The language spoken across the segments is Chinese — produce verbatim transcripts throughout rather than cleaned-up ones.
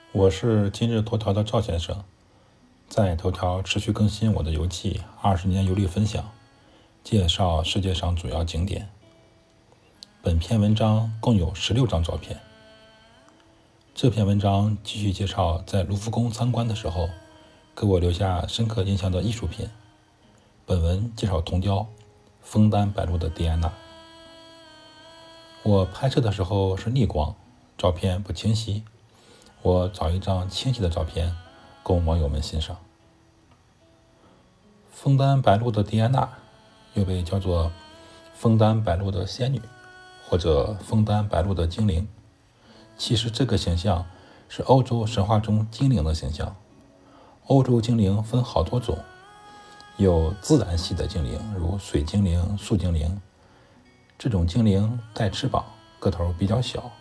我是今日头条的赵先生，在头条持续更新我的游记二十年游历分享，介绍世界上主要景点。本篇文章共有十六张照片。这篇文章继续介绍在卢浮宫参观的时候给我留下深刻印象的艺术品。本文介绍铜雕枫丹白露的狄安娜。我拍摄的时候是逆光，照片不清晰，我找一张清晰的照片供网友们欣赏。枫丹白露的狄安娜又被叫做枫丹白露的仙女或者枫丹白露的精灵。其实这个形象是欧洲神话中精灵的形象。欧洲精灵分好多种，有自然系的精灵，如水精灵、树精灵。这种精灵带翅膀，个头比较小。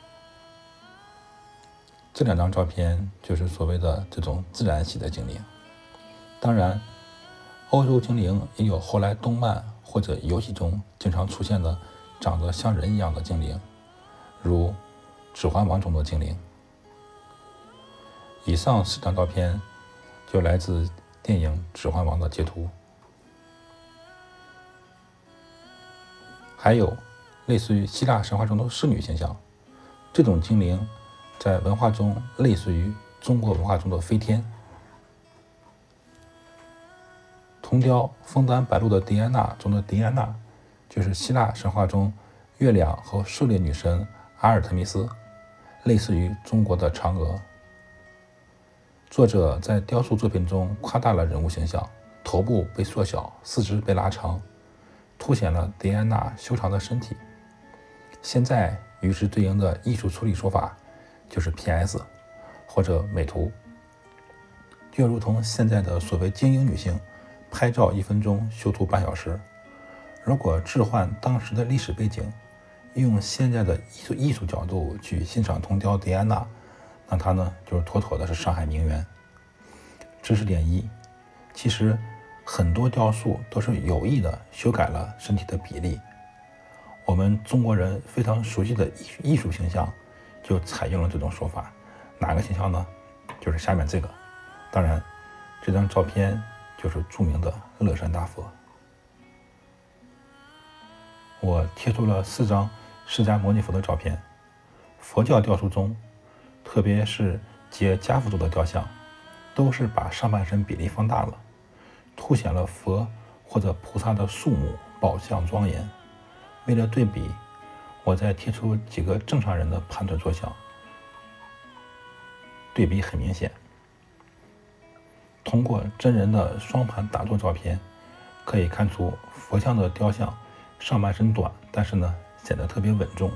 这两张照片就是所谓的这种自然系的精灵。当然，欧洲精灵也有后来动漫或者游戏中经常出现的长得像人一样的精灵，如《指环王》中的精灵。以上四张照片就来自电影《指环王》的截图。还有类似于希腊神话中的侍女形象，这种精灵在文化中类似于中国文化中的飞天。铜雕枫丹白露的狄安娜中的狄安娜，就是希腊神话中月亮和狩猎女神阿尔忒弥斯，类似于中国的嫦娥。作者在雕塑作品中夸大了人物形象，头部被缩小，四肢被拉长，凸显了狄安娜修长的身体。现在与之对应的艺术处理手法就是 P S 或者美图，就如同现在的所谓精英女性，拍照一分钟，修图半小时。如果置换当时的历史背景，用现在的艺术艺术角度去欣赏铜雕狄安娜，那她呢就是妥妥的是上海名媛。知识点一，其实很多雕塑都是有意的修改了身体的比例。我们中国人非常熟悉的艺术艺术形象就采用了这种说法。哪个形象呢？就是下面这个。当然，这张照片就是著名的乐山大佛。我贴出了四张释迦牟尼佛的照片。佛教雕塑中，特别是结跏趺坐的雕像，都是把上半身比例放大了，凸显了佛或者菩萨的肃穆、宝相庄严。为了对比，我再贴出几个正常人的盘腿坐像，对比很明显。通过真人的双盘打坐照片，可以看出佛像的雕像上半身短，但是呢显得特别稳重。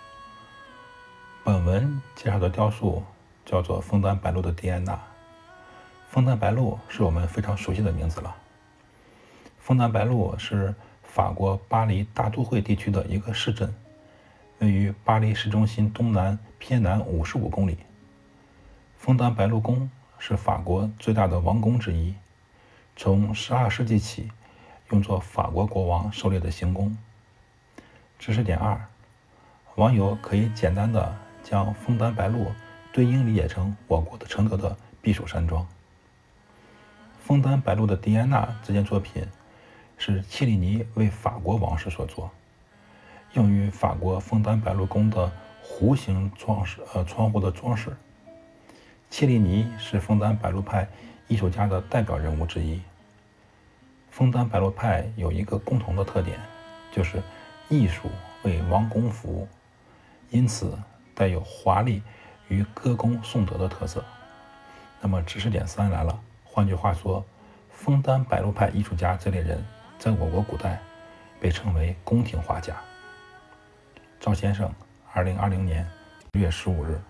本文介绍的雕塑叫做枫丹白露的狄安娜。枫丹白露是我们非常熟悉的名字了。枫丹白露是法国巴黎大都会地区的一个市镇，位于巴黎市中心东南偏南五十五公里。枫丹白露宫是法国最大的王宫之一，从十二世纪起用作法国国王狩猎的行宫。知识点二，网友可以简单的将枫丹白露对应理解成我国的承德的避暑山庄。枫丹白露的狄安娜这件作品是切利尼为法国王室所作，用于法国枫丹白露宫的弧形装饰呃窗户的装饰。切利尼是枫丹白露派艺术家的代表人物之一。枫丹白露派有一个共同的特点，就是艺术为王公服务，因此带有华丽与歌功颂德的特色。那么知识点三来了，换句话说，枫丹白露派艺术家这类人在我国古代被称为宫廷画家。赵先生，二零二零年十月十五日。